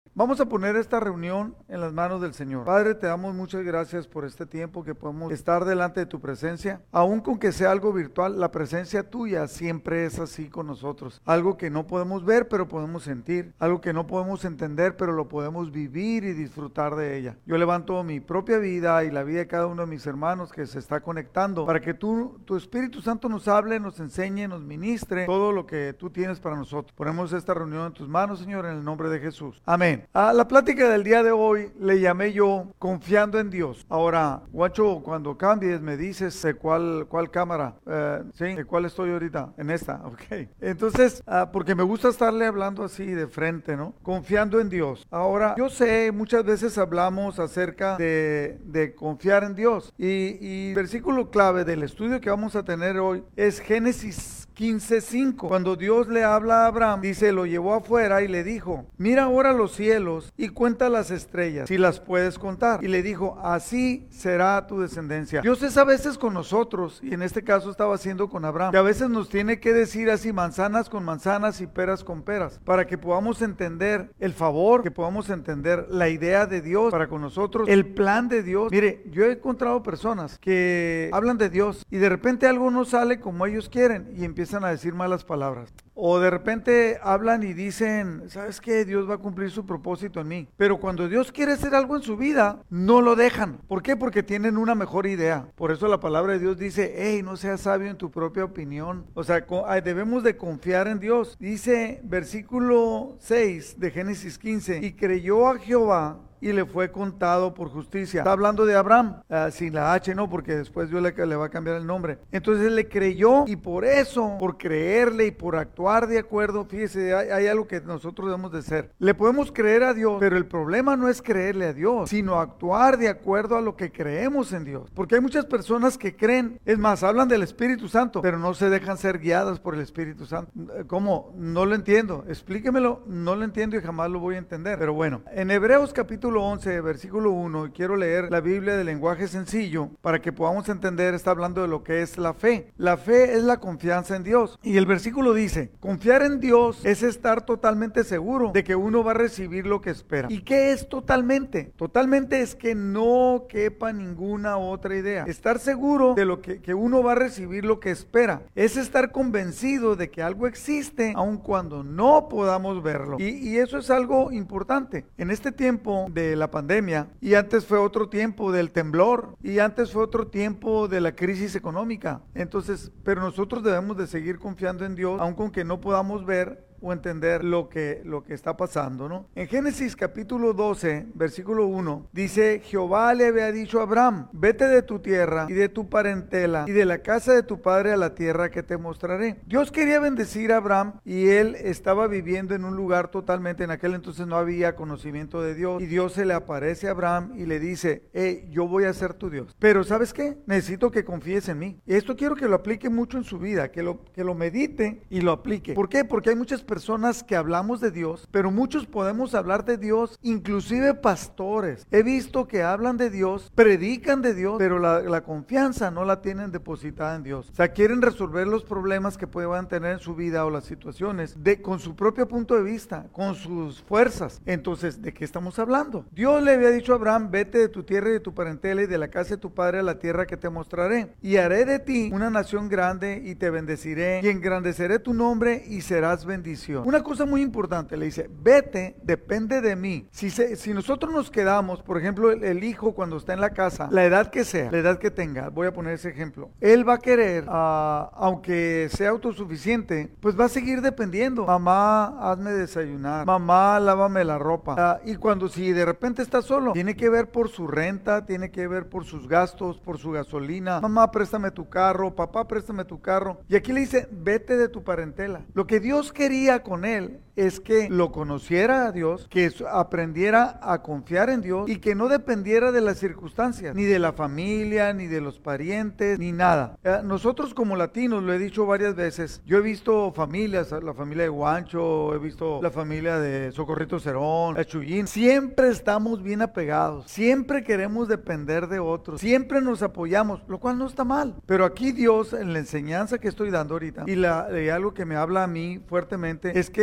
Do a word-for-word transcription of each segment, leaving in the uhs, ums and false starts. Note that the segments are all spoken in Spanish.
Vamos a poner esta reunión en las manos del Señor. Padre, te damos muchas gracias por este tiempo que podemos estar delante de tu presencia. Aun con que sea algo virtual, la presencia tuya siempre es así con nosotros. Algo que no podemos ver, pero podemos sentir. Algo que no podemos entender, pero lo podemos vivir y disfrutar de ella. Yo levanto mi propia vida y la vida de cada uno de mis hermanos que se está conectando para que tú, tu Espíritu Santo nos hable, nos enseñe, nos ministre todo lo que tú tienes para nosotros. Ponemos esta reunión en tus manos, Señor, en el nombre de Jesús. Amén. A la plática del día de hoy le llamé yo Confiando en Dios. Ahora, Guacho, cuando cambies me dices de cuál, cuál cámara, eh, ¿sí? ¿De cuál estoy ahorita? En esta, ok. Entonces, uh, porque me gusta estarle hablando así de frente, ¿no? Confiando en Dios. Ahora, yo sé, muchas veces hablamos acerca de, de confiar en Dios. Y, y el versículo clave del estudio que vamos a tener hoy es Génesis quince cinco. Cuando Dios le habla a Abraham, dice, lo llevó afuera y le dijo, mira ahora los cielos y cuenta las estrellas, si las puedes contar. Y le dijo, así será tu descendencia. Dios es a veces con nosotros, y en este caso estaba haciendo con Abraham, que a veces nos tiene que decir así, manzanas con manzanas y peras con peras, para que podamos entender el favor, que podamos entender la idea de Dios para con nosotros, el plan de Dios. Mire, yo he encontrado personas que hablan de Dios y de repente algo no sale como ellos quieren y empiezan a decir malas palabras. O de repente hablan y dicen, ¿sabes qué? Dios va a cumplir su propósito en mí. Pero cuando Dios quiere hacer algo en su vida, no lo dejan. ¿Por qué? Porque tienen una mejor idea. Por eso la palabra de Dios dice, hey, no seas sabio en tu propia opinión. O sea, debemos de confiar en Dios. Dice versículo seis de Génesis quince, y creyó a Jehová y le fue contado por justicia. Está hablando de Abraham, uh, sin la H, no, porque después Dios le, le va a cambiar el nombre. Entonces él le creyó y por eso, por creerle y por actuar de acuerdo, fíjese, hay, hay algo que nosotros debemos de ser. Le podemos creer a Dios, pero el problema no es creerle a Dios, sino actuar de acuerdo a lo que creemos en Dios. Porque hay muchas personas que creen, es más, hablan del Espíritu Santo, pero no se dejan ser guiadas por el Espíritu Santo. ¿Cómo? No lo entiendo. Explíquemelo, no lo entiendo y jamás lo voy a entender. Pero bueno, en Hebreos capítulo once, versículo uno, y quiero leer la Biblia de lenguaje sencillo para que podamos entender, está hablando de lo que es la fe. La fe es la confianza en Dios. Y el versículo dice, confiar en Dios es estar totalmente seguro de que uno va a recibir lo que espera. ¿Y qué es totalmente? Totalmente es que no quepa ninguna otra idea. Estar seguro de lo que, que uno va a recibir lo que espera. Es estar convencido de que algo existe aun cuando no podamos verlo. Y, y eso es algo importante. En este tiempo de de la pandemia, y antes fue otro tiempo del temblor, y antes fue otro tiempo de la crisis económica. Entonces, pero nosotros debemos de seguir confiando en Dios, aun con que no podamos ver o entender lo que, lo que está pasando, ¿no? En Génesis capítulo doce, versículo uno, dice, Jehová le había dicho a Abraham, vete de tu tierra y de tu parentela y de la casa de tu padre a la tierra que te mostraré. Dios quería bendecir a Abraham y él estaba viviendo en un lugar totalmente, en aquel entonces no había conocimiento de Dios, y Dios se le aparece a Abraham y le dice, hey, yo voy a ser tu Dios, pero ¿sabes qué? Necesito que confíes en mí. Y esto quiero que lo aplique mucho en su vida, que lo, que lo medite y lo aplique. ¿Por qué? Porque hay muchas personas que hablamos de Dios, pero muchos podemos hablar de Dios, inclusive pastores. He visto que hablan de Dios, predican de Dios, pero la, la confianza no la tienen depositada en Dios. O sea, quieren resolver los problemas que puedan tener en su vida o las situaciones de, con su propio punto de vista, con sus fuerzas. Entonces, ¿de qué estamos hablando? Dios le había dicho a Abraham, vete de tu tierra y de tu parentela y de la casa de tu padre a la tierra que te mostraré, y haré de ti una nación grande y te bendeciré y engrandeceré tu nombre y serás bendición. Una cosa muy importante, le dice, vete, depende de mí. Si, se, si nosotros nos quedamos, por ejemplo, el, el hijo cuando está en la casa, la edad que sea, la edad que tenga, voy a poner ese ejemplo, él va a querer, uh, aunque sea autosuficiente, pues va a seguir dependiendo. Mamá, hazme desayunar. Mamá, lávame la ropa. Uh, y cuando si de repente está solo, tiene que ver por su renta, tiene que ver por sus gastos, por su gasolina. Mamá, préstame tu carro. Papá, préstame tu carro. Y aquí le dice, vete de tu parentela. Lo que Dios quería con él es que lo conociera a Dios, que aprendiera a confiar en Dios y que no dependiera de las circunstancias, ni de la familia, ni de los parientes, ni nada. Eh, nosotros como latinos, lo he dicho varias veces, yo he visto familias, la familia de Guancho, he visto la familia de Socorrito Cerón, la Chuyín, siempre estamos bien apegados, siempre queremos depender de otros, siempre nos apoyamos, lo cual no está mal, pero aquí Dios, en la enseñanza que estoy dando ahorita, y, la, y algo que me habla a mí fuertemente, es que Dios le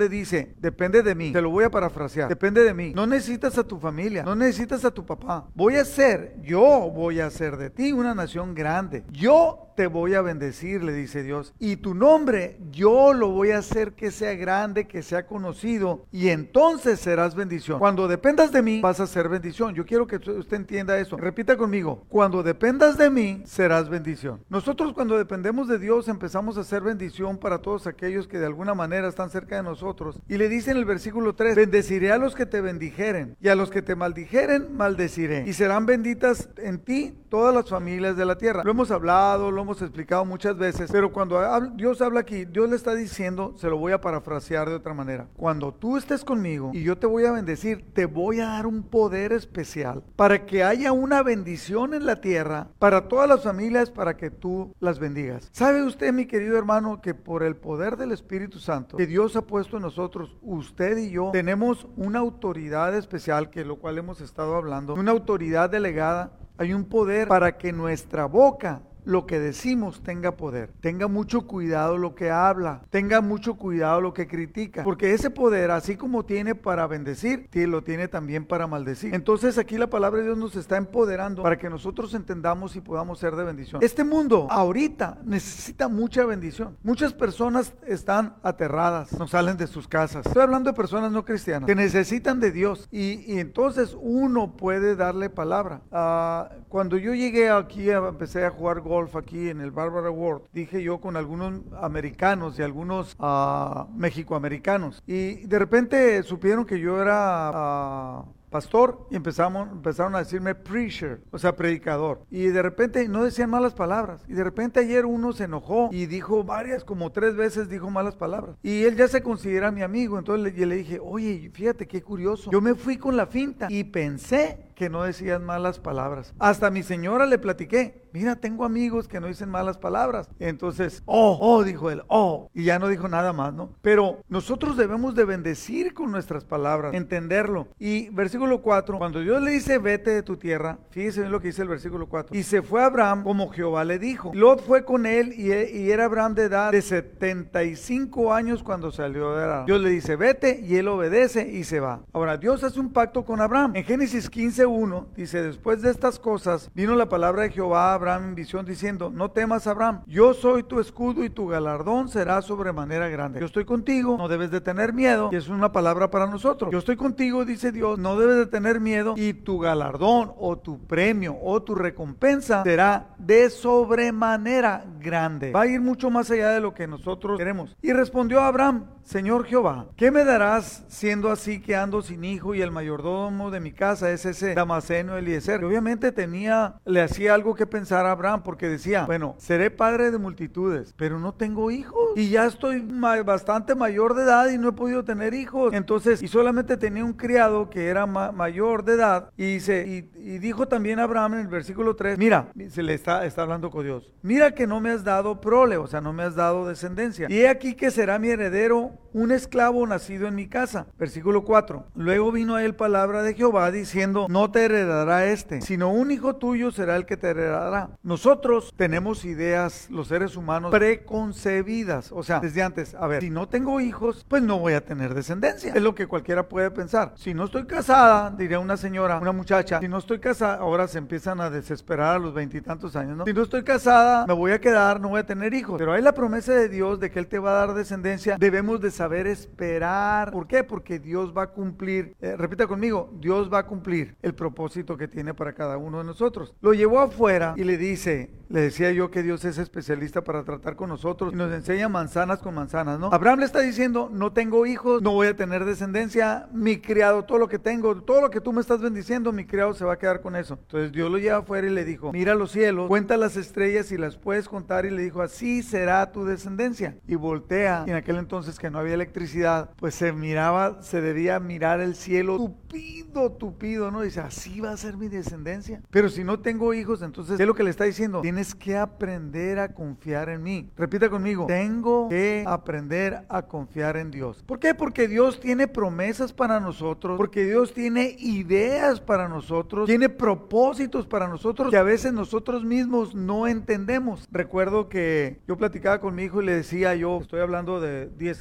le dice, depende de mí, te lo voy a parafrasear, depende de mí, no necesitas a tu familia, no necesitas a tu papá, voy a hacer, yo voy a hacer de ti una nación grande, yo te voy a bendecir, le dice Dios, y tu nombre yo lo voy a hacer que sea grande, que sea conocido, y entonces serás bendición. Cuando dependas de mí, vas a ser bendición. Yo quiero que usted entienda eso. Repita conmigo, cuando dependas de mí, serás bendición. Nosotros cuando dependemos de Dios, empezamos a ser bendición para todos aquellos que de alguna manera están cerca de nosotros. Y le dice en el versículo tres, bendeciré a los que te bendijeren, y a los que te maldijeren, maldeciré, y serán benditas en ti todas las familias de la tierra. Lo hemos hablado, lo hemos explicado muchas veces, pero cuando Dios habla aquí, Dios le está diciendo, se lo voy a parafrasear de otra manera, cuando tú estés conmigo y yo te voy a bendecir, te voy a dar un poder especial para que haya una bendición en la tierra para todas las familias, para que tú las bendigas. ¿Sabe usted, mi querido hermano, que por el poder del Espíritu Santo que Dios ha puesto en nosotros, usted y yo tenemos una autoridad especial, que lo cual hemos estado hablando, una autoridad delegada? Hay un poder para que nuestra boca, lo que decimos, tenga poder. Tenga mucho cuidado lo que habla, tenga mucho cuidado lo que critica, porque ese poder, así como tiene para bendecir, lo tiene también para maldecir. Entonces aquí la palabra de Dios nos está empoderando para que nosotros entendamos y podamos ser de bendición. Este mundo ahorita necesita mucha bendición. Muchas personas están aterradas, no salen de sus casas. Estoy hablando de personas no cristianas que necesitan de Dios, y, y entonces uno puede darle palabra. Uh, cuando yo llegué aquí, empecé a jugar golf golf aquí en el Barbara World, dije yo con algunos americanos y algunos uh, mexicoamericanos, y de repente supieron que yo era uh, pastor, y empezamos, empezaron a decirme preacher, o sea, predicador, y de repente no decían malas palabras, y de repente ayer uno se enojó y dijo varias, como tres veces dijo malas palabras, y él ya se considera mi amigo. Entonces le, le dije, oye, fíjate qué curioso, yo me fui con la finta y pensé que no decían malas palabras. Hasta a mi señora le platiqué, mira, tengo amigos que no dicen malas palabras. Entonces, oh, oh, dijo él, oh, y ya no dijo nada más, ¿no? Pero nosotros debemos de bendecir con nuestras palabras, entenderlo. Y versículo cuatro, cuando Dios le dice, vete de tu tierra, fíjese bien lo que dice el versículo cuatro, y se fue Abraham como Jehová le dijo. Lot fue con él, y, y era Abraham de edad de setenta y cinco años cuando salió de Aram. Dios le dice, vete, y él obedece y se va. Ahora, Dios hace un pacto con Abraham. En Génesis quince uno dice, después de estas cosas vino la palabra de Jehová a Abraham en visión diciendo, no temas, Abraham, yo soy tu escudo y tu galardón será sobremanera grande. Yo estoy contigo, no debes de tener miedo. Y es una palabra para nosotros. Yo estoy contigo, dice Dios, no debes de tener miedo, y tu galardón o tu premio o tu recompensa será de sobremanera grande. Va a ir mucho más allá de lo que nosotros queremos. Y respondió Abraham, Señor Jehová, ¿qué me darás siendo así que ando sin hijo, y el mayordomo de mi casa es ese Damaseno Eliezer? Que obviamente tenía, le hacía algo que pensar a Abraham, porque decía, bueno, seré padre de multitudes, pero no tengo hijos, y ya estoy ma- bastante mayor de edad y no he podido tener hijos. Entonces, y solamente tenía un criado que era ma- mayor de edad, y, se, y, y dijo también a Abraham en el versículo tres, mira, se le está, está hablando con Dios, mira que no me has dado prole, o sea, no me has dado descendencia, y he aquí que será mi heredero un esclavo nacido en mi casa. Versículo cuatro, luego vino a él palabra de Jehová diciendo, no te heredará este, sino un hijo tuyo será el que te heredará. Nosotros tenemos ideas, los seres humanos, preconcebidas, o sea, desde antes, a ver, si no tengo hijos, pues no voy a tener descendencia, es lo que cualquiera puede pensar. Si no estoy casada, diría una señora, una muchacha, si no estoy casada, ahora se empiezan a desesperar a los veintitantos años, ¿no? Si no estoy casada, me voy a quedar, no voy a tener hijos, pero hay la promesa de Dios de que Él te va a dar descendencia. Debemos de saber esperar. ¿Por qué? Porque Dios va a cumplir, eh, repita conmigo, Dios va a cumplir el propósito que tiene para cada uno de nosotros. Lo llevó afuera y le dice, le decía yo que Dios es especialista para tratar con nosotros y nos enseña manzanas con manzanas, ¿no? Abraham le está diciendo, no tengo hijos, no voy a tener descendencia, mi criado, todo lo que tengo, todo lo que tú me estás bendiciendo, mi criado se va a quedar con eso. Entonces Dios lo lleva afuera y le dijo, mira los cielos, cuenta las estrellas y las puedes contar, y le dijo, así será tu descendencia. Y voltea, y en aquel entonces que no había electricidad, pues se miraba, se debía mirar el cielo tupido, tupido, ¿no? Dice, así va a ser mi descendencia. Pero si no tengo hijos, entonces, ¿qué es lo que le está diciendo? Tienes que aprender a confiar en mí. Repita conmigo, tengo que aprender a confiar en Dios. ¿Por qué? Porque Dios tiene promesas para nosotros, porque Dios tiene ideas para nosotros, tiene propósitos para nosotros que a veces nosotros mismos no entendemos. Recuerdo que yo platicaba con mi hijo y le decía yo, estoy hablando de diez años,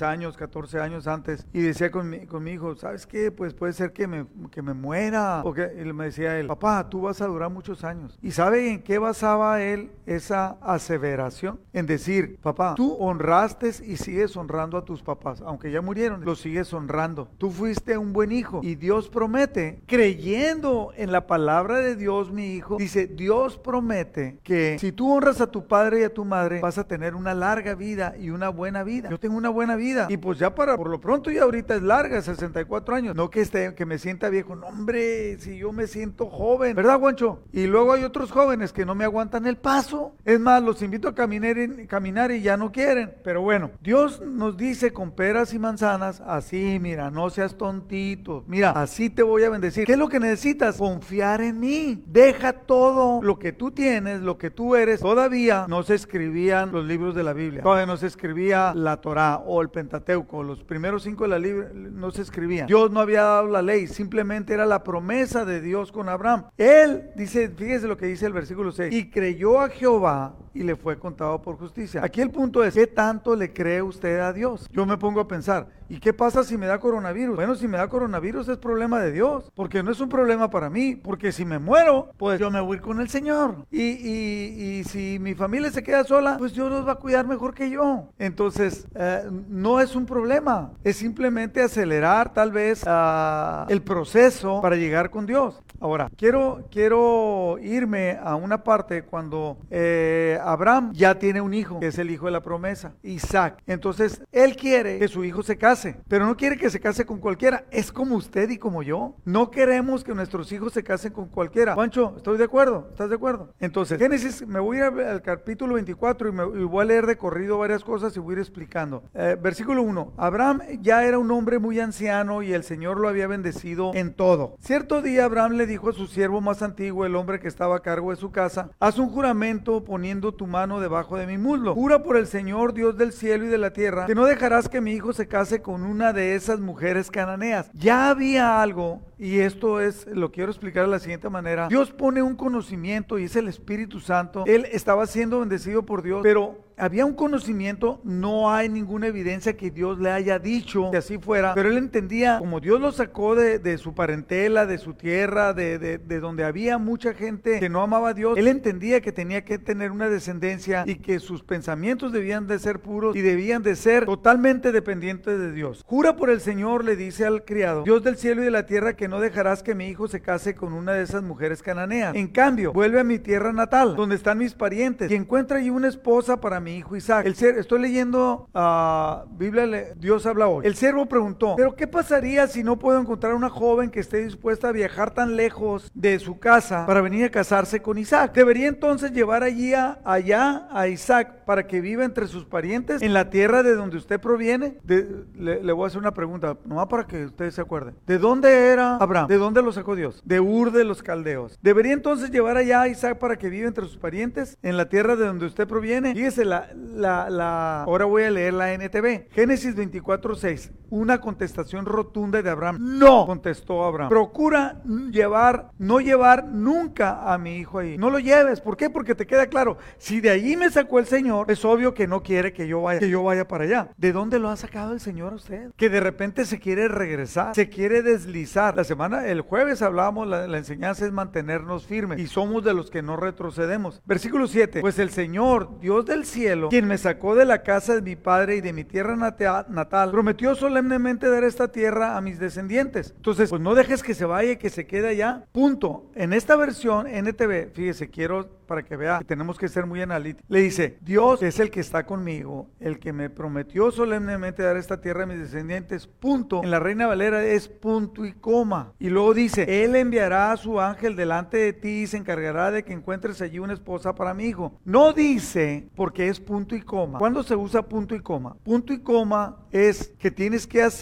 catorce años antes, y decía con mi, con mi hijo, ¿sabes qué? Pues puede ser que me, que me muera. O que, y me decía él, papá, tú vas a durar muchos años. ¿Y sabe en qué basaba él esa aseveración? En decir, papá, tú honraste y sigues honrando a tus papás, aunque ya murieron, los sigues honrando. Tú fuiste un buen hijo, y Dios promete, creyendo en la palabra de Dios, mi hijo, dice, Dios promete que si tú honras a tu padre y a tu madre, vas a tener una larga vida y una buena vida. Yo tengo una buena vida, y pues ya para, por lo pronto ya ahorita es larga, sesenta y cuatro años, no que esté, que me sienta viejo, no hombre, si yo me siento joven, ¿verdad, Juancho? Y luego hay otros jóvenes que no me aguantan el paso, es más, los invito a caminar y, caminar y ya no quieren, pero bueno, Dios nos dice con peras y manzanas, así, mira, no seas tontito, mira, así te voy a bendecir. ¿Qué es lo que necesitas? Confiar en mí. Deja todo lo que tú tienes, lo que tú eres. Todavía no se escribían los libros de la Biblia, todavía no se escribía la Torá o el Pentateuco, los primeros cinco de la Biblia no se escribían. Dios no había dado la ley, simplemente era la promesa de Dios con Abraham. Él dice, fíjese lo que dice el versículo seis, y creyó a Jehová y le fue contado por justicia. Aquí el punto es, ¿qué tanto le cree usted a Dios? Yo me pongo a pensar, ¿y qué pasa si me da coronavirus? Bueno, si me da coronavirus es problema de Dios, porque no es un problema para mí, porque si me muero, pues yo me voy a ir con el Señor. Y, y, y si mi familia se queda sola, pues Dios los va a cuidar mejor que yo. Entonces, eh, no es un problema, es simplemente acelerar tal vez uh, el proceso para llegar con Dios. Ahora, quiero, quiero irme a una parte cuando eh, Abraham ya tiene un hijo, que es el hijo de la promesa, Isaac. Entonces, él quiere que su hijo se case, pero no quiere que se case con cualquiera. Es como usted y como yo. No queremos que nuestros hijos se casen con cualquiera. Juancho, estoy de acuerdo, ¿estás de acuerdo? Entonces, Génesis, me voy a ir al capítulo veinticuatro y, me, y voy a leer de corrido varias cosas y voy a ir explicando. Eh, versículo uno, Abraham ya era un hombre muy anciano y el Señor lo había bendecido en todo. Cierto día Abraham le dijo a su siervo más antiguo, el hombre que estaba a cargo de su casa, haz un juramento poniendo tu mano debajo de mi muslo. Jura por el Señor, Dios del cielo y de la tierra, que no dejarás que mi hijo se case con una de esas mujeres cananeas. Ya había algo, y esto es, lo quiero explicar de la siguiente manera. Dios pone un conocimiento y es el Espíritu Santo. Él estaba siendo bendecido por Dios, pero había un conocimiento, no hay ninguna evidencia que Dios le haya dicho que así fuera, pero él entendía, como Dios lo sacó de, de su parentela, de su tierra, de, de, de donde había mucha gente que no amaba a Dios, él entendía que tenía que tener una descendencia y que sus pensamientos debían de ser puros y debían de ser totalmente dependientes de Dios. Jura por el Señor, le dice al criado, Dios del cielo y de la tierra, que no dejarás que mi hijo se case con una de esas mujeres cananeas. En cambio, vuelve a mi tierra natal, donde están mis parientes, y encuentra allí una esposa para mi hijo Isaac. El ser, estoy leyendo uh, Biblia, le, Dios habla hoy. El siervo preguntó, ¿pero qué pasaría si no puedo encontrar una joven que esté dispuesta a viajar tan lejos de su casa para venir a casarse con Isaac? ¿Debería entonces llevar allí a, allá a Isaac para que viva entre sus parientes en la tierra de donde usted proviene? De, le, le voy a hacer una pregunta, nomás para que ustedes se acuerden. ¿De dónde era Abraham? ¿De dónde lo sacó Dios? De Ur de los Caldeos. ¿Debería entonces llevar allá a Isaac para que viva entre sus parientes en la tierra de donde usted proviene? Fíjese, la, la, la, ahora voy a leer la N T V. Génesis veinticuatro seis. Una contestación rotunda de Abraham. No, contestó Abraham. Procura llevar, no llevar nunca a mi hijo ahí. No lo lleves. ¿Por qué? Porque te queda claro, si de allí me sacó el Señor, es obvio que no quiere que yo vaya, que yo vaya para allá. ¿De dónde lo ha sacado el Señor a usted? Que de repente se quiere regresar, se quiere deslizar. La semana, el jueves hablábamos, la, la enseñanza es mantenernos firmes y somos de los que no retrocedemos. Versículo siete. Pues el Señor, Dios del cielo, quien me sacó de la casa de mi padre y de mi tierra natal, prometió solemnemente dar esta tierra a mis descendientes. Entonces, pues no dejes que se vaya y que se quede allá. Punto. En esta versión N T V, fíjese, quiero para que vea que tenemos que ser muy analíticos. Le dice, Dios es el que está conmigo, el que me prometió solemnemente dar esta tierra a mis descendientes. Punto. En la Reina Valera es punto y coma. Y luego dice, Él enviará a su ángel delante de ti y se encargará de que encuentres allí una esposa para mi hijo. No dice porque es punto y coma. ¿Cuándo se usa punto y coma? Punto y coma es que tienes que hacer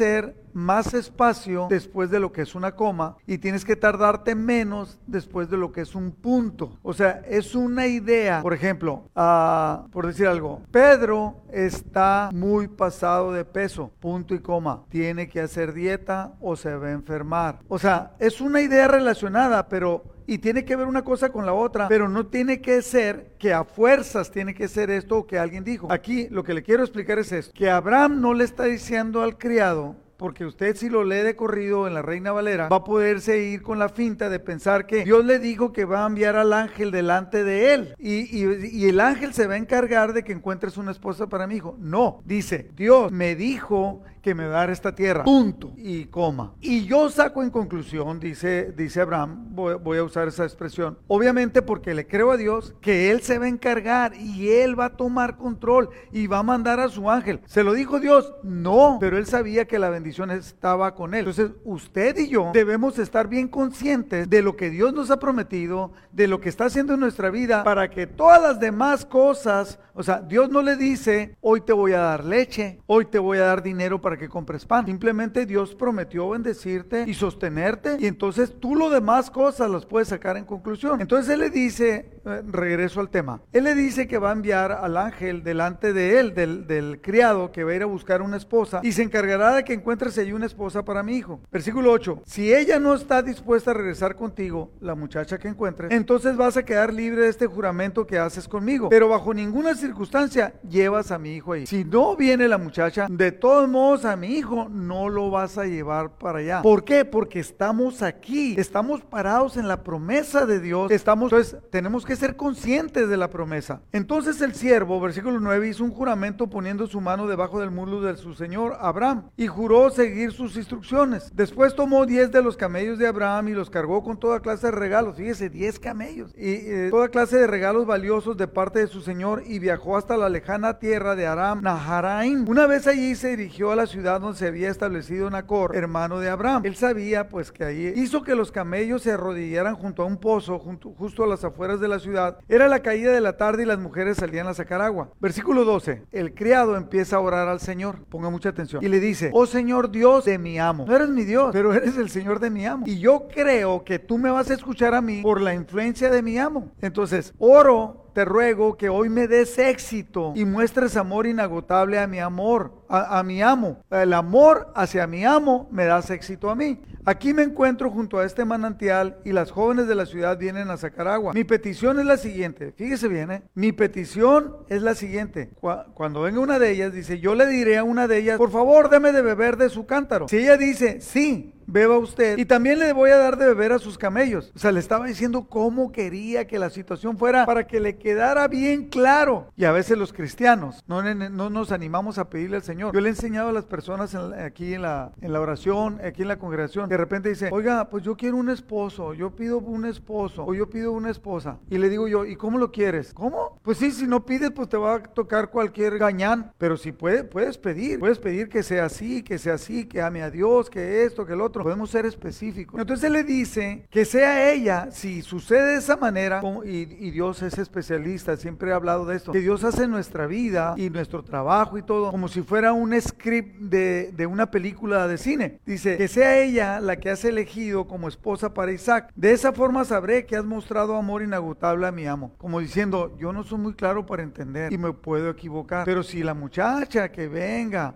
más espacio después de lo que es una coma y tienes que tardarte menos después de lo que es un punto. O sea, es una idea. Por ejemplo, uh, por decir algo, Pedro está muy pasado de peso, punto y coma. Tiene que hacer dieta o se va a enfermar. O sea, es una idea relacionada, pero... y tiene que ver una cosa con la otra, pero no tiene que ser que a fuerzas tiene que ser esto o que alguien dijo. Aquí lo que le quiero explicar es esto, que Abraham no le está diciendo al criado, porque usted si lo lee de corrido en la Reina Valera, va a poderse ir con la finta de pensar que Dios le dijo que va a enviar al ángel delante de él, y, y, y el ángel se va a encargar de que encuentres una esposa para mi hijo. No, dice, Dios me dijo que me va a dar esta tierra, punto y coma. Y yo saco en conclusión, dice, dice Abraham, voy, voy a usar esa expresión, obviamente porque le creo a Dios que él se va a encargar y él va a tomar control y va a mandar a su ángel. ¿Se lo dijo Dios? No, pero él sabía que la bendición estaba con él. Entonces usted y yo debemos estar bien conscientes de lo que Dios nos ha prometido, de lo que está haciendo en nuestra vida, para que todas las demás cosas, o sea, Dios no le dice, hoy te voy a dar leche, hoy te voy a dar dinero para para que compres pan. Simplemente Dios prometió bendecirte y sostenerte, y entonces tú lo demás cosas las puedes sacar en conclusión. Entonces él le dice, eh, regreso al tema, él le dice que va a enviar al ángel delante de él, del, del criado, que va a ir a buscar una esposa y se encargará de que encuentres allí una esposa para mi hijo. Versículo ocho, si ella no está dispuesta a regresar contigo, la muchacha que encuentres, entonces vas a quedar libre de este juramento que haces conmigo, pero bajo ninguna circunstancia llevas a mi hijo ahí. Si no viene la muchacha, de todos modos a mi hijo no lo vas a llevar para allá. ¿Por qué? Porque estamos aquí, estamos parados en la promesa de Dios, estamos, entonces tenemos que ser conscientes de la promesa. Entonces el siervo, versículo nueve, hizo un juramento poniendo su mano debajo del muslo de su señor Abraham y juró seguir sus instrucciones. Después tomó diez de los camellos de Abraham y los cargó con toda clase de regalos, fíjese, diez camellos y eh, toda clase de regalos valiosos de parte de su señor, y viajó hasta la lejana tierra de Aram Naharaim. Una vez allí se dirigió a la ciudad donde se había establecido Nacor, hermano de Abraham. Él sabía pues que ahí hizo que los camellos se arrodillaran junto a un pozo junto, justo a las afueras de la ciudad. Era la caída de la tarde y las mujeres salían a sacar agua. Versículo doce, el criado empieza a orar al Señor, ponga mucha atención, y le dice, oh Señor Dios de mi amo, no eres mi Dios, pero eres el Señor de mi amo, y yo creo que tú me vas a escuchar a mí por la influencia de mi amo. Entonces oro, te ruego que hoy me des éxito y muestres amor inagotable a mi amor, a, a mi amo. El amor hacia mi amo me das éxito a mí. Aquí me encuentro junto a este manantial y las jóvenes de la ciudad vienen a sacar agua. Mi petición es la siguiente, fíjese bien, ¿eh? Mi petición es la siguiente. Cuando venga una de ellas, dice, yo le diré a una de ellas, por favor, deme de beber de su cántaro. Si ella dice, sí, beba usted, y también le voy a dar de beber a sus camellos. O sea, le estaba diciendo cómo quería que la situación fuera para que le quedara bien claro. Y a veces los cristianos no, no nos animamos a pedirle al Señor. Yo le he enseñado a las personas en, aquí en la, en la oración, aquí en la congregación, de repente dice, oiga, pues yo quiero un esposo, yo pido un esposo, o yo pido una esposa. Y le digo yo, ¿y cómo lo quieres? ¿Cómo? Pues sí, si no pides, pues te va a tocar cualquier gañán. Pero si puede, puedes pedir, puedes pedir que sea así, que sea así, que ame a Dios, que esto, que el otro. Podemos ser específicos. Entonces él le dice que sea ella, si sucede de esa manera, y, y Dios es especialista, siempre he hablado de esto, que Dios hace nuestra vida y nuestro trabajo y todo como si fuera un script de, de una película de cine. Dice que sea ella la que has elegido como esposa para Isaac. De esa forma sabré que has mostrado amor inagotable a mi amo. Como diciendo, yo no soy muy claro para entender y me puedo equivocar, pero si la muchacha que venga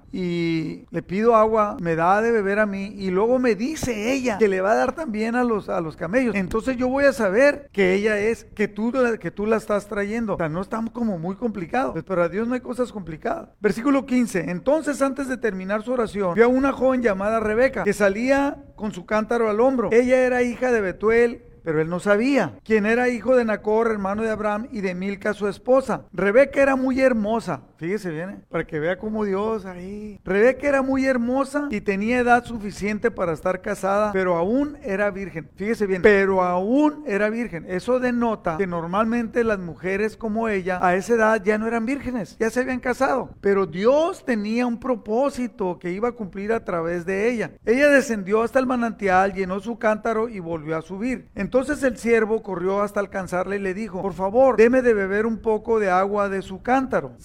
y le pido agua, me da de beber a mí y luego me dice ella que le va a dar también a los, a los camellos, entonces yo voy a saber que ella es, que tú, que tú la estás trayendo. O sea, no está como muy complicado, pues para Dios no hay cosas complicadas. Versículo quince, entonces antes de terminar su oración, vio a una joven llamada Rebeca, que salía con su cántaro al hombro. Ella era hija de Betuel, pero él no sabía quién era, hijo de Nacor, hermano de Abraham, y de Milca su esposa. Rebeca era muy hermosa, fíjese bien, ¿eh? Para que vea cómo Dios ahí. Rebeca era muy hermosa y tenía edad suficiente para estar casada, pero aún era virgen. Fíjese bien, pero aún era virgen. Eso denota que normalmente las mujeres como ella a esa edad ya no eran vírgenes, ya se habían casado, pero Dios tenía un propósito que iba a cumplir a través de ella. Ella descendió hasta el manantial, llenó su cántaro y volvió a subir. Entonces el siervo corrió hasta alcanzarla y le dijo, por favor, deme de beber un poco de agua de su cántaro. Sí, mi señor,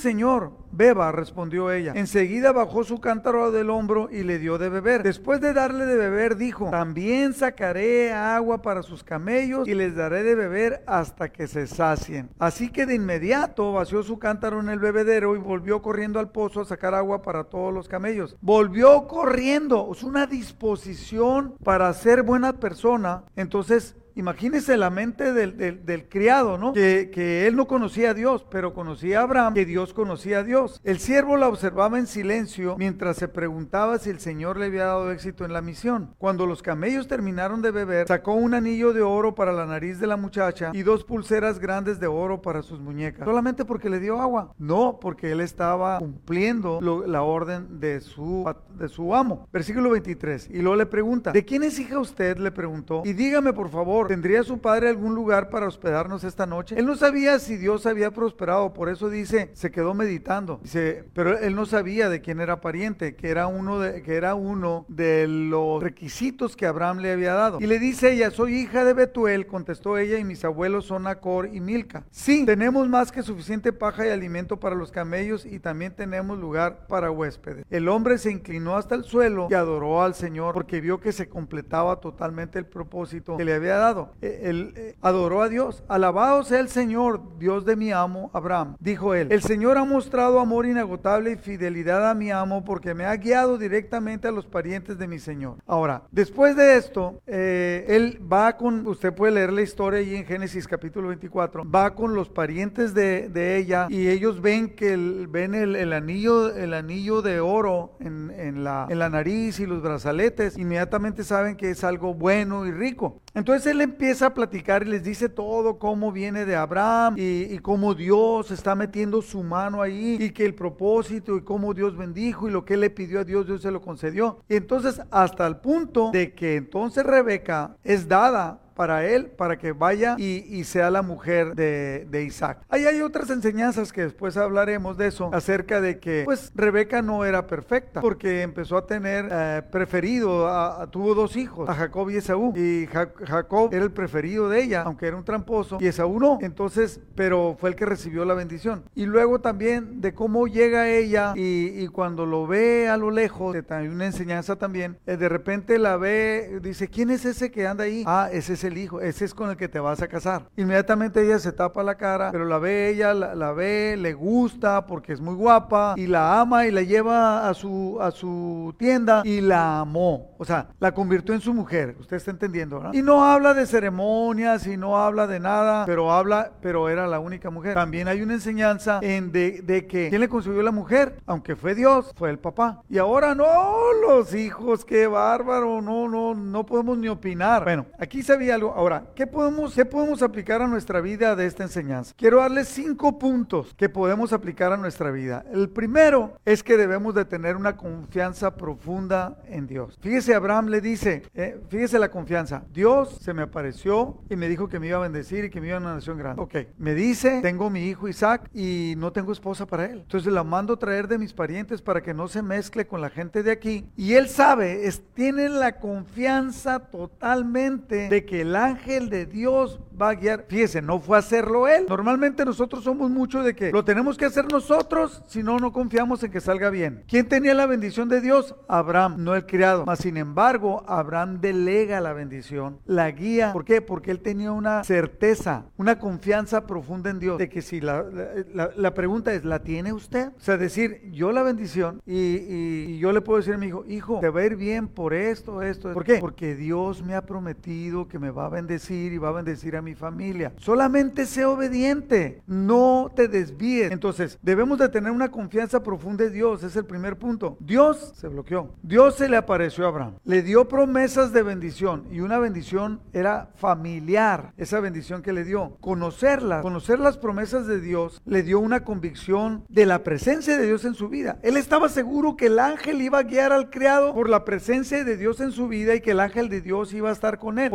señor, beba, respondió ella. Enseguida bajó su cántaro del hombro y le dio de beber. Después de darle de beber, dijo: también sacaré agua para sus camellos y les daré de beber hasta que se sacien. Así que de inmediato vació su cántaro en el bebedero y volvió corriendo al pozo a sacar agua para todos los camellos. Volvió corriendo, es una disposición para ser buena persona. Entonces, imagínese la mente del, del, del criado, ¿no? Que, que él no conocía a Dios, pero conocía a Abraham, que Dios conocía a Dios. El siervo la observaba en silencio mientras se preguntaba si el Señor le había dado éxito en la misión. Cuando los camellos terminaron de beber, sacó un anillo de oro para la nariz de la muchacha y dos pulseras grandes de oro para sus muñecas. ¿Solamente porque le dio agua? No, porque él estaba cumpliendo lo, la orden de su, de su amo. Versículo veintitrés. Y luego le pregunta: ¿de quién es hija usted?, le preguntó. Y dígame, por favor, ¿tendría su padre algún lugar para hospedarnos esta noche? Él no sabía si Dios había prosperado, por eso dice, se quedó meditando. Dice, pero él no sabía de quién era pariente, que era uno de, que era uno de los requisitos que Abraham le había dado. Y le dice ella: soy hija de Betuel, contestó ella, y mis abuelos son Nacor y Milca. Sí, tenemos más que suficiente paja y alimento para los camellos y también tenemos lugar para huéspedes. El hombre se inclinó hasta el suelo y adoró al Señor porque vio que se completaba totalmente el propósito que le había dado. Él eh, adoró a Dios. Alabado sea el Señor, Dios de mi amo Abraham, dijo él. El Señor ha mostrado amor inagotable y fidelidad a mi amo porque me ha guiado directamente a los parientes de mi Señor. Ahora, después de esto, eh, él va con, usted puede leer la historia ahí en Génesis capítulo veinticuatro, va con los parientes de, de ella y ellos ven que el, ven el, el anillo el anillo de oro en, en, la, en la nariz y los brazaletes. Inmediatamente saben que es algo bueno y rico. Entonces él empieza a platicar y les dice todo cómo viene de Abraham y, y cómo Dios está metiendo su mano ahí y que el propósito y cómo Dios bendijo y lo que él le pidió a Dios, Dios se lo concedió. Y entonces hasta el punto de que entonces Rebeca es dada para él, para que vaya y, y sea la mujer de, de Isaac. Ahí hay otras enseñanzas que después hablaremos de eso, acerca de que pues Rebeca no era perfecta, porque empezó a tener eh, preferido, a, a, tuvo dos hijos, a Jacob y Esaú, y ja, Jacob era el preferido de ella, aunque era un tramposo, y Esaú no, entonces, pero fue el que recibió la bendición. Y luego también de cómo llega ella y, y cuando lo ve a lo lejos, hay una enseñanza también, eh, de repente la ve, dice, ¿quién es ese que anda ahí? Ah, ese es el hijo, ese es con el que te vas a casar. Inmediatamente ella se tapa la cara, pero la ve ella, la, la ve, le gusta porque es muy guapa y la ama y la lleva a su, a su tienda y la amó, o sea, la convirtió en su mujer. Usted está entendiendo, ¿no? Y no habla de ceremonias y no habla de nada, pero habla, pero era la única mujer. También hay una enseñanza en de, de que ¿quién le consiguió la mujer? Aunque fue Dios, fue el papá. Y ahora no, los hijos, qué bárbaro, no, no, no podemos ni opinar. Bueno, aquí sabía algo. Ahora, ¿qué podemos, qué podemos aplicar a nuestra vida de esta enseñanza? Quiero darles cinco puntos que podemos aplicar a nuestra vida. El primero es que debemos de tener una confianza profunda en Dios. Fíjese, Abraham le dice, eh, fíjese la confianza. Dios se me apareció y me dijo que me iba a bendecir y que me iba a una nación grande. Ok, me dice, tengo mi hijo Isaac y no tengo esposa para él. Entonces la mando traer de mis parientes para que no se mezcle con la gente de aquí. Y él sabe, es, tiene la confianza totalmente de que el ángel de Dios va a guiar. Fíjese, no fue a hacerlo él. Normalmente nosotros somos mucho de que lo tenemos que hacer nosotros, si no, no confiamos en que salga bien. ¿Quién tenía la bendición de Dios? Abraham, no el criado. Mas sin embargo, Abraham delega la bendición, la guía. ¿Por qué? Porque él tenía una certeza, una confianza profunda en Dios, de que si la, la, la pregunta es, ¿la tiene usted? O sea, decir, yo la bendición y, y, y yo le puedo decir a mi hijo, hijo, te va a ir bien por esto, esto. ¿Por qué? Porque Dios me ha prometido que me va a bendecir y va a bendecir a mi familia. Solamente sé obediente, no te desvíes. Entonces, debemos de tener una confianza profunda en Dios, es el primer punto. Dios se bloqueó. Dios se le apareció a Abraham, le dio promesas de bendición y una bendición era familiar, esa bendición que le dio. Conocerla, conocer las promesas de Dios le dio una convicción de la presencia de Dios en su vida. Él estaba seguro que el ángel iba a guiar al criado por la presencia de Dios en su vida y que el ángel de Dios iba a estar con él. Por eso él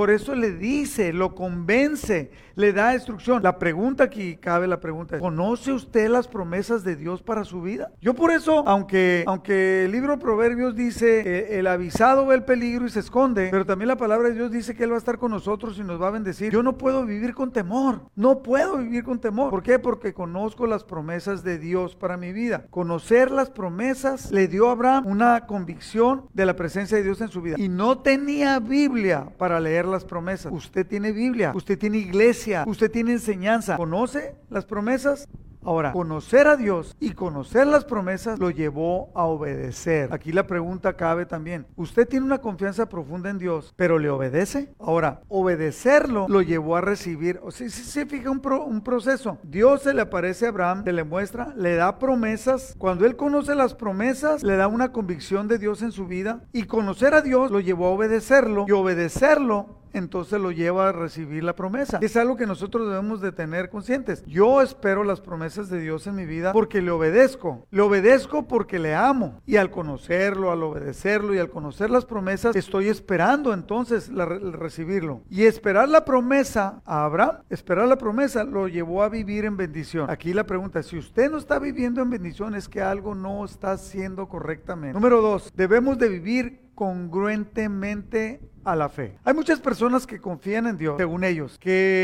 le dice, lo convence, le da instrucción. La pregunta aquí cabe, la pregunta es, ¿conoce usted las promesas de Dios para su vida? Yo por eso, aunque, aunque el libro de Proverbios dice, eh, el avisado ve el peligro y se esconde, pero también la palabra de Dios dice que Él va a estar con nosotros y nos va a bendecir. Yo no puedo vivir con temor, no puedo vivir con temor. ¿Por qué? Porque conozco las promesas de Dios para mi vida. Conocer las promesas le dio a Abraham una convicción de la presencia de Dios en su vida. Y no tenía Biblia para leer las promesas. Usted tiene Biblia, usted tiene iglesia, usted tiene enseñanza. ¿Conoce las promesas? Ahora, conocer a Dios y conocer las promesas lo llevó a obedecer. Aquí la pregunta cabe también. ¿Usted tiene una confianza profunda en Dios, pero le obedece? Ahora, obedecerlo lo llevó a recibir. O sea, si se fija un, pro, un proceso. Dios se le aparece a Abraham, se le muestra, le da promesas. Cuando él conoce las promesas, le da una convicción de Dios en su vida. Y conocer a Dios lo llevó a obedecerlo. Y obedecerlo entonces lo lleva a recibir la promesa. Es algo que nosotros debemos de tener conscientes. Yo espero las promesas de Dios en mi vida porque le obedezco. Le obedezco porque le amo. Y al conocerlo, al obedecerlo y al conocer las promesas, estoy esperando entonces la, el recibirlo. Y esperar la promesa a Abraham, esperar la promesa lo llevó a vivir en bendición. Aquí la pregunta es, si usted no está viviendo en bendición, es que algo no está haciendo correctamente. Número dos, debemos de vivir congruentemente a la fe. Hay muchas personas que confían en Dios según ellos,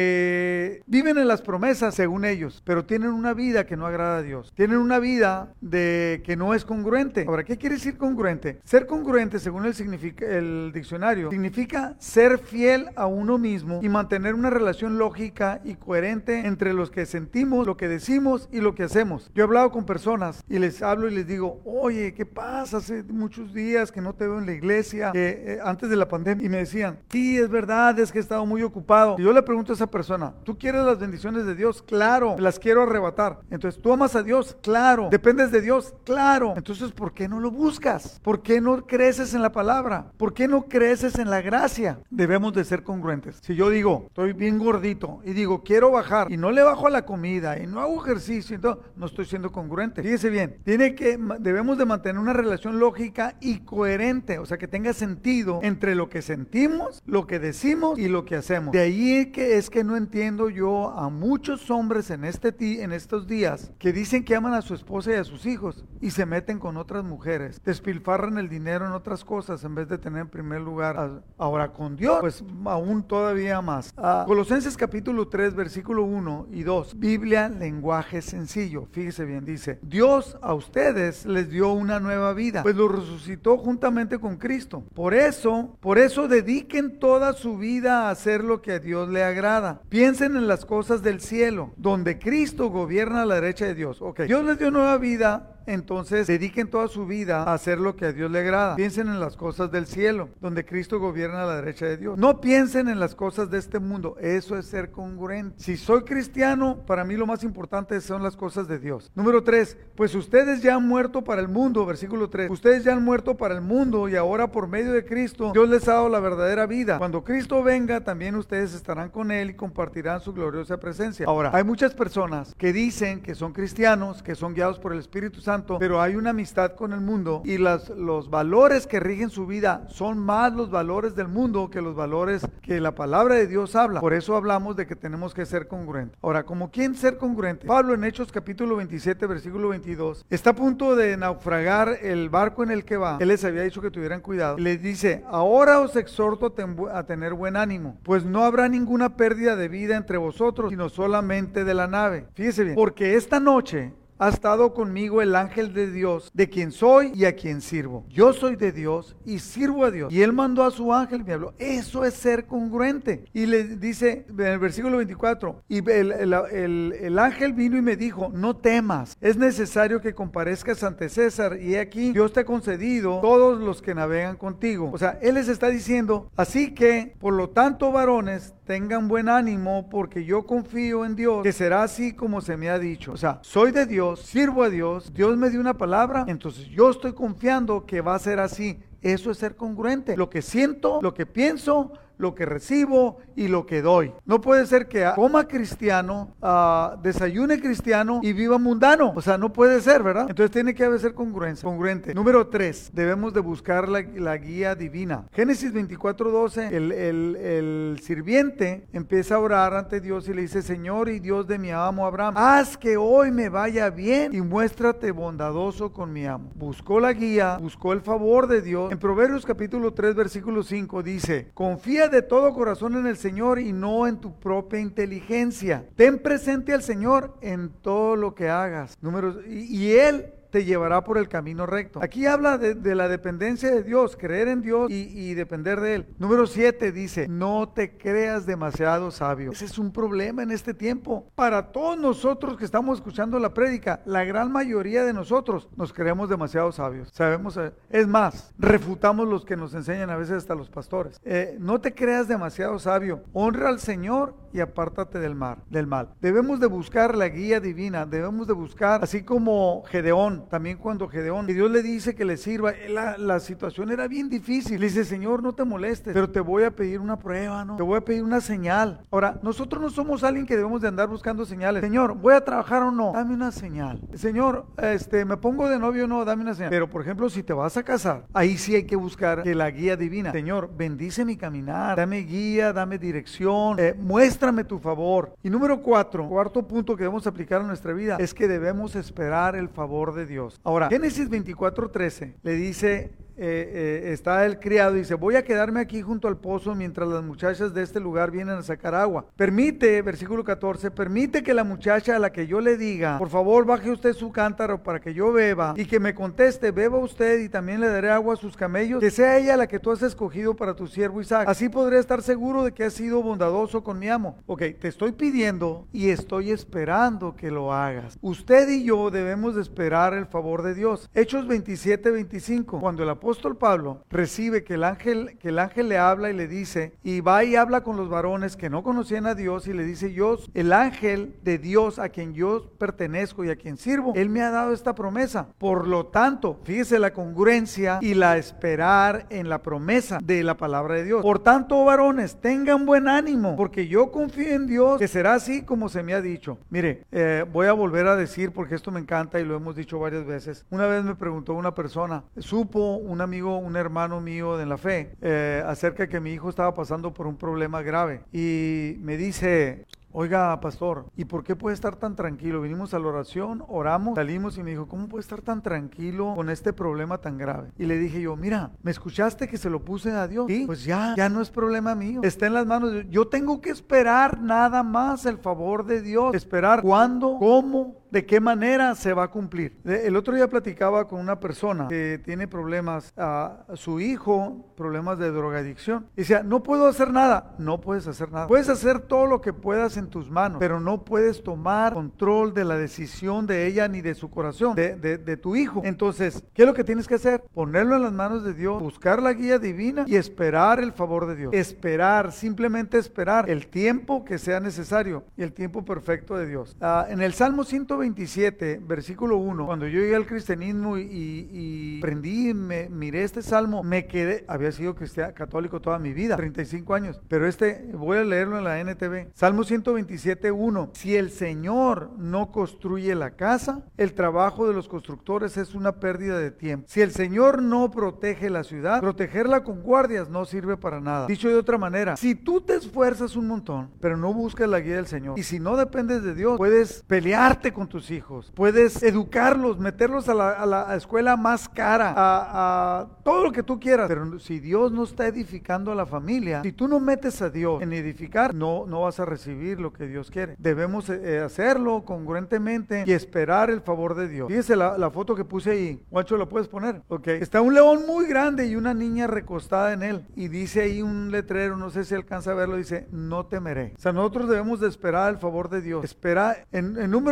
que viven en las promesas según ellos, pero tienen una vida que no agrada a Dios. Tienen una vida de que no es congruente. Ahora, ¿qué quiere decir congruente? Ser congruente, según el, significa, el diccionario, significa ser fiel a uno mismo y mantener una relación lógica y coherente entre los que sentimos, lo que decimos y lo que hacemos. Yo he hablado con personas y les hablo y les digo, oye, ¿qué pasa? Hace muchos días que no te veo en la iglesia, que, eh, antes de la pandemia. Y me decían, sí, es verdad, es que he estado muy ocupado. Y yo le pregunto a esa persona, ¿tú quieres las bendiciones de Dios? Claro, las quiero arrebatar. Entonces, ¿tú amas a Dios? Claro. ¿Dependes de Dios? Claro. Entonces, ¿por qué no lo buscas? ¿Por qué no creces en la palabra? ¿Por qué no creces en la gracia? Debemos de ser congruentes. Si yo digo, estoy bien gordito y digo, quiero bajar y no le bajo a la comida y no hago ejercicio, entonces no estoy siendo congruente. Fíjese bien, tiene que, debemos de mantener una relación lógica y coherente, o sea, que tenga sentido entre lo que se sentimos, lo que decimos y lo que hacemos. De ahí que es que no entiendo yo a muchos hombres en, este ti, en estos días que dicen que aman a su esposa y a sus hijos y se meten con otras mujeres, despilfarran el dinero en otras cosas en vez de tener en primer lugar a, ahora con Dios, pues aún todavía más. Ah, Colosenses capítulo tres, versículo uno y dos, Biblia, lenguaje sencillo. Fíjese bien, dice, Dios a ustedes les dio una nueva vida, pues lo resucitó juntamente con Cristo. Por eso, por eso dediquen toda su vida a hacer lo que a Dios le agrada. Piensen en las cosas del cielo, donde Cristo gobierna a la derecha de Dios. Ok, Dios les dio nueva vida, entonces dediquen toda su vida a hacer lo que a Dios le agrada. Piensen en las cosas del cielo, donde Cristo gobierna a la derecha de Dios. No piensen en las cosas de este mundo. Eso es ser congruente. Si soy cristiano, para mí lo más importante son las cosas de Dios. Número tres, pues ustedes ya han muerto para el mundo, versículo tres. Ustedes ya han muerto para el mundo y ahora por medio de Cristo, Dios les ha dado la verdadera vida. Cuando Cristo venga, también ustedes estarán con Él y compartirán su gloriosa presencia. Ahora, hay muchas personas que dicen que son cristianos, que son guiados por el Espíritu Santo, pero hay una amistad con el mundo y las, los valores que rigen su vida son más los valores del mundo que los valores que la palabra de Dios habla. Por eso hablamos de que tenemos que ser congruentes. Ahora, ¿cómo quién ser congruente? Pablo en Hechos capítulo veintisiete, versículo veintidós, está a punto de naufragar el barco en el que va. Él les había dicho que tuvieran cuidado. Les dice, ahora os exhorto a, ten, a tener buen ánimo, pues no habrá ninguna pérdida de vida entre vosotros, sino solamente de la nave. Fíjese bien, porque esta noche ha estado conmigo el ángel de Dios, de quien soy y a quien sirvo. Yo soy de Dios y sirvo a Dios. Y Él mandó a su ángel y me habló. Eso es ser congruente. Y le dice en el versículo veinticuatro, y el, el, el, el ángel vino y me dijo, no temas, es necesario que comparezcas ante César, y aquí Dios te ha concedido todos los que navegan contigo. O sea, Él les está diciendo, así que, por lo tanto, varones, tengan buen ánimo, porque yo confío en Dios, que será así como se me ha dicho. O sea, soy de Dios, sirvo a Dios, Dios me dio una palabra, entonces yo estoy confiando que va a ser así. Eso es ser congruente. Lo que siento, lo que pienso, lo que recibo y lo que doy. No puede ser que coma cristiano, uh, desayune cristiano y viva mundano. O sea, no puede ser, ¿verdad? Entonces tiene que haber ser congruencia, congruente. Número tres, debemos de buscar la, la guía divina. Génesis veinticuatro doce, el, el, el sirviente empieza a orar ante Dios y le dice: Señor y Dios de mi amo Abraham, haz que hoy me vaya bien y muéstrate bondadoso con mi amo. Buscó la guía, buscó el favor de Dios. En Proverbios capítulo tres versículo cinco dice: confía de todo corazón en el Señor y no en tu propia inteligencia. Ten presente al Señor en todo lo que hagas. Números, y, y Él te llevará por el camino recto. Aquí habla de, de la dependencia de Dios, creer en Dios y, y depender de Él. Número siete dice: no te creas demasiado sabio. Ese es un problema en este tiempo. Para todos nosotros que estamos escuchando la prédica, la gran mayoría de nosotros nos creemos demasiado sabios. Sabemos, es más, refutamos los que nos enseñan a veces hasta los pastores. Eh, no te creas demasiado sabio. Honra al Señor y apártate del mal, del mal. Debemos de buscar la guía divina, debemos de buscar, así como Gedeón, también cuando Gedeón, y Dios le dice que le sirva, la, la situación era bien difícil, le dice: Señor, no te molestes, pero te voy a pedir una prueba, ¿no? Te voy a pedir una señal. Ahora, nosotros no somos alguien que debemos de andar buscando señales. Señor, ¿voy a trabajar o no? Dame una señal. Señor, este, ¿me pongo de novio o no? Dame una señal. Pero, por ejemplo, si te vas a casar, ahí sí hay que buscar que la guía divina. Señor, bendice mi caminar, dame guía, dame dirección, eh, muéstrame tu favor. Y número cuatro, cuarto punto que debemos aplicar a nuestra vida, es que debemos esperar el favor de Dios. Ahora, Génesis veinticuatro trece le dice, eh, eh, está el criado y dice: voy a quedarme aquí junto al pozo mientras las muchachas de este lugar vienen a sacar agua. Permite, versículo catorce, permite que la muchacha a la que yo le diga: por favor, baje usted su cántaro para que yo beba, y que me conteste: beba usted y también le daré agua a sus camellos, que sea ella la que tú has escogido para tu siervo Isaac. Así podré estar seguro de que has sido bondadoso con mi amo. Ok, te estoy pidiendo y estoy esperando que lo hagas. Usted y yo debemos de esperar el favor de Dios. Hechos veintisiete veinticinco, cuando el apóstol apóstol Pablo recibe que el ángel, que el ángel le habla y le dice, y va y habla con los varones que no conocían a Dios y le dice: yo, el ángel de Dios a quien yo pertenezco y a quien sirvo, él me ha dado esta promesa. Por lo tanto, fíjese la congruencia y la esperar en la promesa de la palabra de Dios. Por tanto, varones, tengan buen ánimo, porque yo confío en Dios que será así como se me ha dicho. Mire, eh, voy a volver a decir, porque esto me encanta y lo hemos dicho varias veces. Una vez me preguntó una persona, supo un amigo, un hermano mío de la fe, eh, acerca de que mi hijo estaba pasando por un problema grave, y me dice: oiga, pastor, ¿y por qué puede estar tan tranquilo? Vinimos a la oración, oramos, salimos, y me dijo: ¿cómo puede estar tan tranquilo con este problema tan grave? Y le dije yo: mira, ¿me escuchaste que se lo puse a Dios? Sí, pues ya, ya no es problema mío, está en las manos de Dios. Yo tengo que esperar nada más el favor de Dios, esperar cuándo, cómo, de qué manera se va a cumplir. El otro día platicaba con una persona que tiene problemas, a su hijo, problemas de drogadicción, y decía: no puedo hacer nada. No puedes hacer nada, puedes hacer todo lo que puedas en tus manos, pero no puedes tomar control de la decisión de ella ni de su corazón, de, de, de tu hijo. Entonces, ¿qué es lo que tienes que hacer? Ponerlo en las manos de Dios, buscar la guía divina y esperar el favor de Dios. Esperar, simplemente esperar el tiempo que sea necesario y el tiempo perfecto de Dios. Uh, en el Salmo ciento veintisiete, versículo uno, cuando yo llegué al cristianismo y, y, y aprendí, me, miré este salmo, me quedé, había sido cristiano, católico toda mi vida, treinta y cinco años, pero este, voy a leerlo en la N T V. Salmo ciento veintisiete, uno. Si el Señor no construye la casa, el trabajo de los constructores es una pérdida de tiempo. Si el Señor no protege la ciudad, protegerla con guardias no sirve para nada. Dicho de otra manera, si tú te esfuerzas un montón, pero no buscas la guía del Señor, y si no dependes de Dios, puedes pelearte con tus hijos, puedes educarlos, meterlos a la, a la escuela más cara, a, a todo lo que tú quieras, pero si Dios no está edificando a la familia, si tú no metes a Dios en edificar, no, no vas a recibir lo que Dios quiere. Debemos eh, hacerlo congruentemente y esperar el favor de Dios. Fíjese la, la foto que puse ahí, Juancho, ¿la puedes poner? Ok, está un león muy grande y una niña recostada en él, y dice ahí un letrero, no sé si alcanza a verlo, dice: no temeré. O sea, nosotros debemos de esperar el favor de Dios. Espera, en, en Números seis veintidós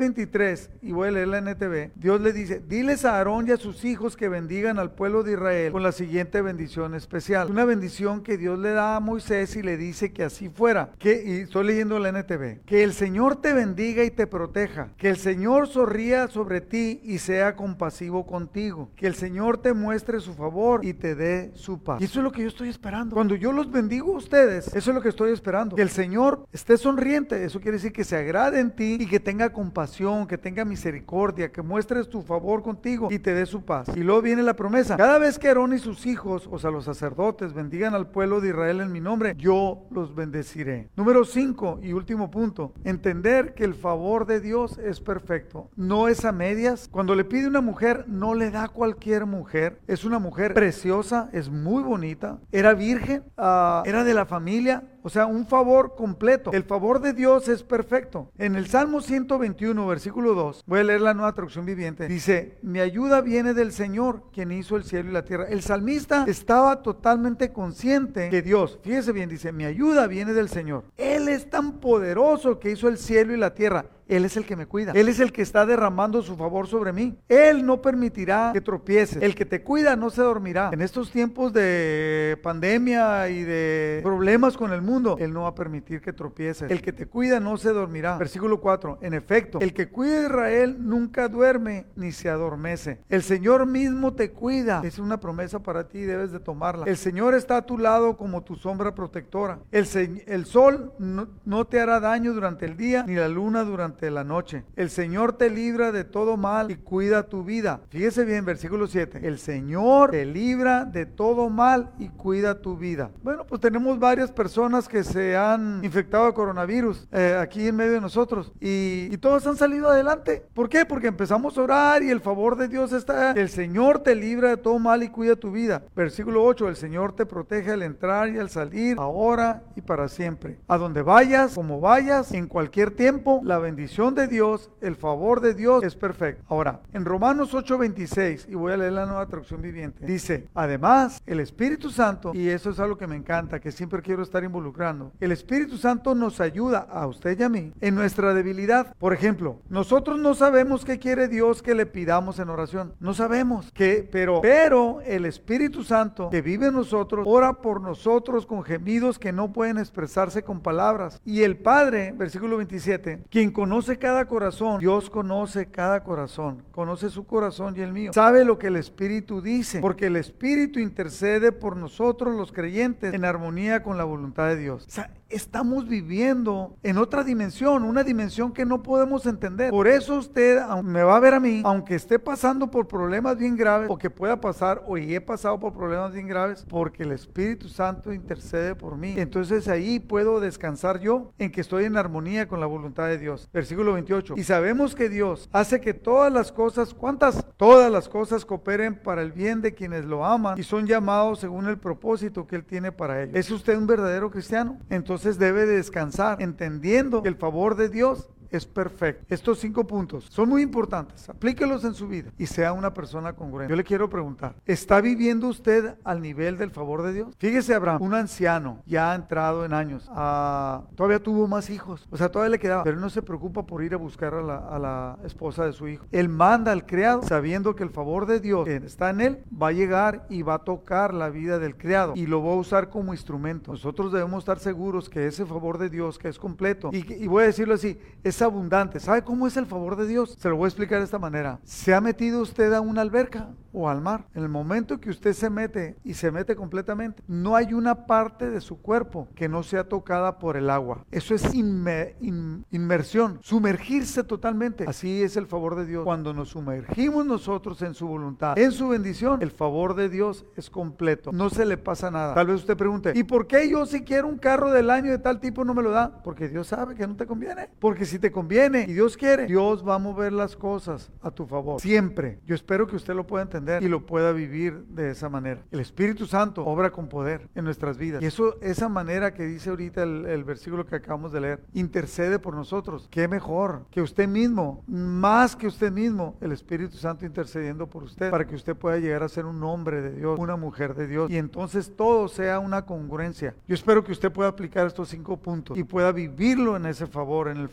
veintitrés, y voy a leer la N T V, Dios le dice, diles a Aarón y a sus hijos que bendigan al pueblo de Israel con la siguiente bendición especial. Una bendición que Dios le da a Moisés y le dice que así fuera. Que, y estoy leyendo la N T V. Que el Señor te bendiga y te proteja. Que el Señor sonría sobre ti y sea compasivo contigo. Que el Señor te muestre su favor y te dé su paz. Y eso es lo que yo estoy esperando. Cuando yo los bendigo a ustedes, eso es lo que estoy esperando. Que el Señor esté sonriente. Eso quiere decir que se agrade en ti y que tenga compasión, que tenga misericordia, que muestres tu favor contigo y te dé su paz. Y luego viene la promesa. Cada vez que Aarón y sus hijos, o sea los sacerdotes, bendigan al pueblo de Israel en mi nombre, yo los bendeciré. Número cinco y último punto. Entender que el favor de Dios es perfecto. No es a medias. Cuando le pide una mujer, no le da a cualquier mujer. Es una mujer preciosa, es muy bonita. Era virgen, uh, era de la familia. O sea, un favor completo. El favor de Dios es perfecto. En el Salmo ciento veintiuno, versículo dos, voy a leer la Nueva Traducción Viviente. Dice, mi ayuda viene del Señor, quien hizo el cielo y la tierra. El salmista estaba totalmente consciente que Dios, fíjese bien, dice, mi ayuda viene del Señor. Él es tan poderoso que hizo el cielo y la tierra. Él es el que me cuida. Él es el que está derramando su favor sobre mí. Él no permitirá que tropieces. El que te cuida no se dormirá. En estos tiempos de pandemia y de problemas con el mundo, Él no va a permitir que tropieces. El que te cuida no se dormirá. Versículo cuatro. En efecto, el que cuida a Israel nunca duerme ni se adormece. El Señor mismo te cuida. Es una promesa para ti y debes de tomarla. El Señor está a tu lado como tu sombra protectora. El, el sol no, no te hará daño durante el día, ni la luna durante de la noche. El Señor te libra de todo mal y cuida tu vida. Fíjese bien, versículo siete. El Señor te libra de todo mal y cuida tu vida. Bueno, pues tenemos varias personas que se han infectado de coronavirus eh, aquí en medio de nosotros y, y todos han salido adelante. ¿Por qué? Porque empezamos a orar y el favor de Dios está. El Señor te libra de todo mal y cuida tu vida. Versículo ocho. El Señor te protege al entrar y al salir, ahora y para siempre. A donde vayas, como vayas, en cualquier tiempo, la bendición de Dios, el favor de Dios es perfecto. Ahora, en Romanos ocho veintiséis, y voy a leer la Nueva Traducción Viviente, dice, además, el Espíritu Santo, y eso es algo que me encanta, que siempre quiero estar involucrando, el Espíritu Santo nos ayuda a usted y a mí en nuestra debilidad. Por ejemplo, nosotros no sabemos qué quiere Dios que le pidamos en oración. No sabemos qué, pero, pero el Espíritu Santo que vive en nosotros, ora por nosotros con gemidos que no pueden expresarse con palabras. Y el Padre, versículo veintisiete, quien conoce cada corazón, Dios conoce cada corazón, conoce su corazón y el mío, sabe lo que el Espíritu dice, porque el Espíritu intercede por nosotros los creyentes en armonía con la voluntad de Dios. O sea, estamos viviendo en otra dimensión, una dimensión que no podemos entender. Por eso usted me va a ver a mí, aunque esté pasando por problemas bien graves, o que pueda pasar, o he pasado por problemas bien graves, porque el Espíritu Santo intercede por mí. Entonces ahí puedo descansar yo en que estoy en armonía con la voluntad de Dios. Versículo veintiocho. Y sabemos que Dios hace que todas las cosas, ¿cuántas? Todas las cosas cooperen para el bien de quienes lo aman y son llamados según el propósito que Él tiene para ellos. ¿Es usted un verdadero cristiano? Entonces debe de descansar entendiendo que el favor de Dios es perfecto. Estos cinco puntos son muy importantes. Aplíquelos en su vida y sea una persona congruente. Yo le quiero preguntar, ¿está viviendo usted al nivel del favor de Dios? Fíjese, Abraham, un anciano, ya ha entrado en años, uh, todavía tuvo más hijos, o sea, todavía le quedaba, pero él no se preocupa por ir a buscar a la, a la esposa de su hijo. Él manda al criado sabiendo que el favor de Dios que está en él va a llegar y va a tocar la vida del criado y lo va a usar como instrumento. Nosotros debemos estar seguros que ese favor de Dios, que es completo, y, y voy a decirlo así, es abundante. ¿Sabe cómo es el favor de Dios? Se lo voy a explicar de esta manera. ¿Se ha metido usted a una alberca o al mar? En el momento que usted se mete y se mete completamente, no hay una parte de su cuerpo que no sea tocada por el agua. Eso es inmer, in, inmersión, sumergirse totalmente. Así es el favor de Dios. Cuando nos sumergimos nosotros en su voluntad, en su bendición, el favor de Dios es completo. No se le pasa nada. Tal vez usted pregunte, ¿y por qué yo si quiero un carro del año de tal tipo no me lo da? Porque Dios sabe que no te conviene. Porque si te conviene y Dios quiere, Dios va a mover las cosas a tu favor. Siempre. Yo espero que usted lo pueda entender y lo pueda vivir de esa manera. El Espíritu Santo obra con poder en nuestras vidas. Y eso, esa manera que dice ahorita el, el versículo que acabamos de leer, intercede por nosotros. Qué mejor que usted mismo, más que usted mismo, el Espíritu Santo intercediendo por usted, para que usted pueda llegar a ser un hombre de Dios, una mujer de Dios, y entonces todo sea una congruencia. Yo espero que usted pueda aplicar estos cinco puntos y pueda vivirlo en ese favor, en el favor de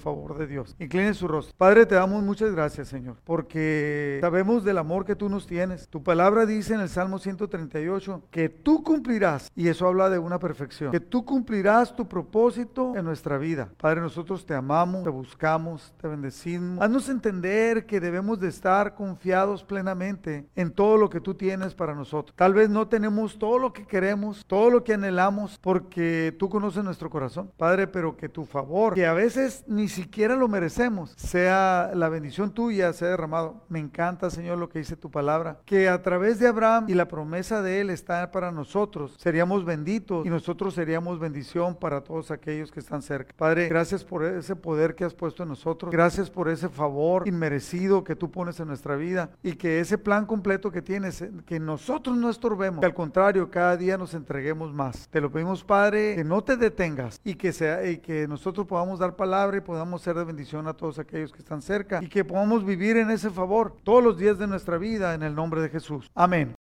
de Dios. Incline su rostro. Padre, te damos muchas gracias, Señor, porque sabemos del amor que tú nos tienes. Tu palabra dice en el Salmo ciento treinta y ocho que tú cumplirás, y eso habla de una perfección, que tú cumplirás tu propósito en nuestra vida. Padre, nosotros te amamos, te buscamos, te bendecimos. Haznos entender que debemos de estar confiados plenamente en todo lo que tú tienes para nosotros. Tal vez no tenemos todo lo que queremos, todo lo que anhelamos, porque tú conoces nuestro corazón, Padre, pero que tu favor, que a veces ni siquiera lo merecemos, sea la bendición tuya, sea derramado. Me encanta, Señor, lo que dice tu palabra, que a través de Abraham y la promesa de él está para nosotros, seríamos benditos y nosotros seríamos bendición para todos aquellos que están cerca. Padre, gracias por ese poder que has puesto en nosotros, gracias por ese favor inmerecido que tú pones en nuestra vida y que ese plan completo que tienes, que nosotros no estorbemos, que al contrario, cada día nos entreguemos más. Te lo pedimos, Padre, que no te detengas y que, sea, y que nosotros podamos dar palabra y podamos ser de bendición a todos aquellos que están cerca y que podamos vivir en ese favor todos los días de nuestra vida en el nombre de Jesús. Amén.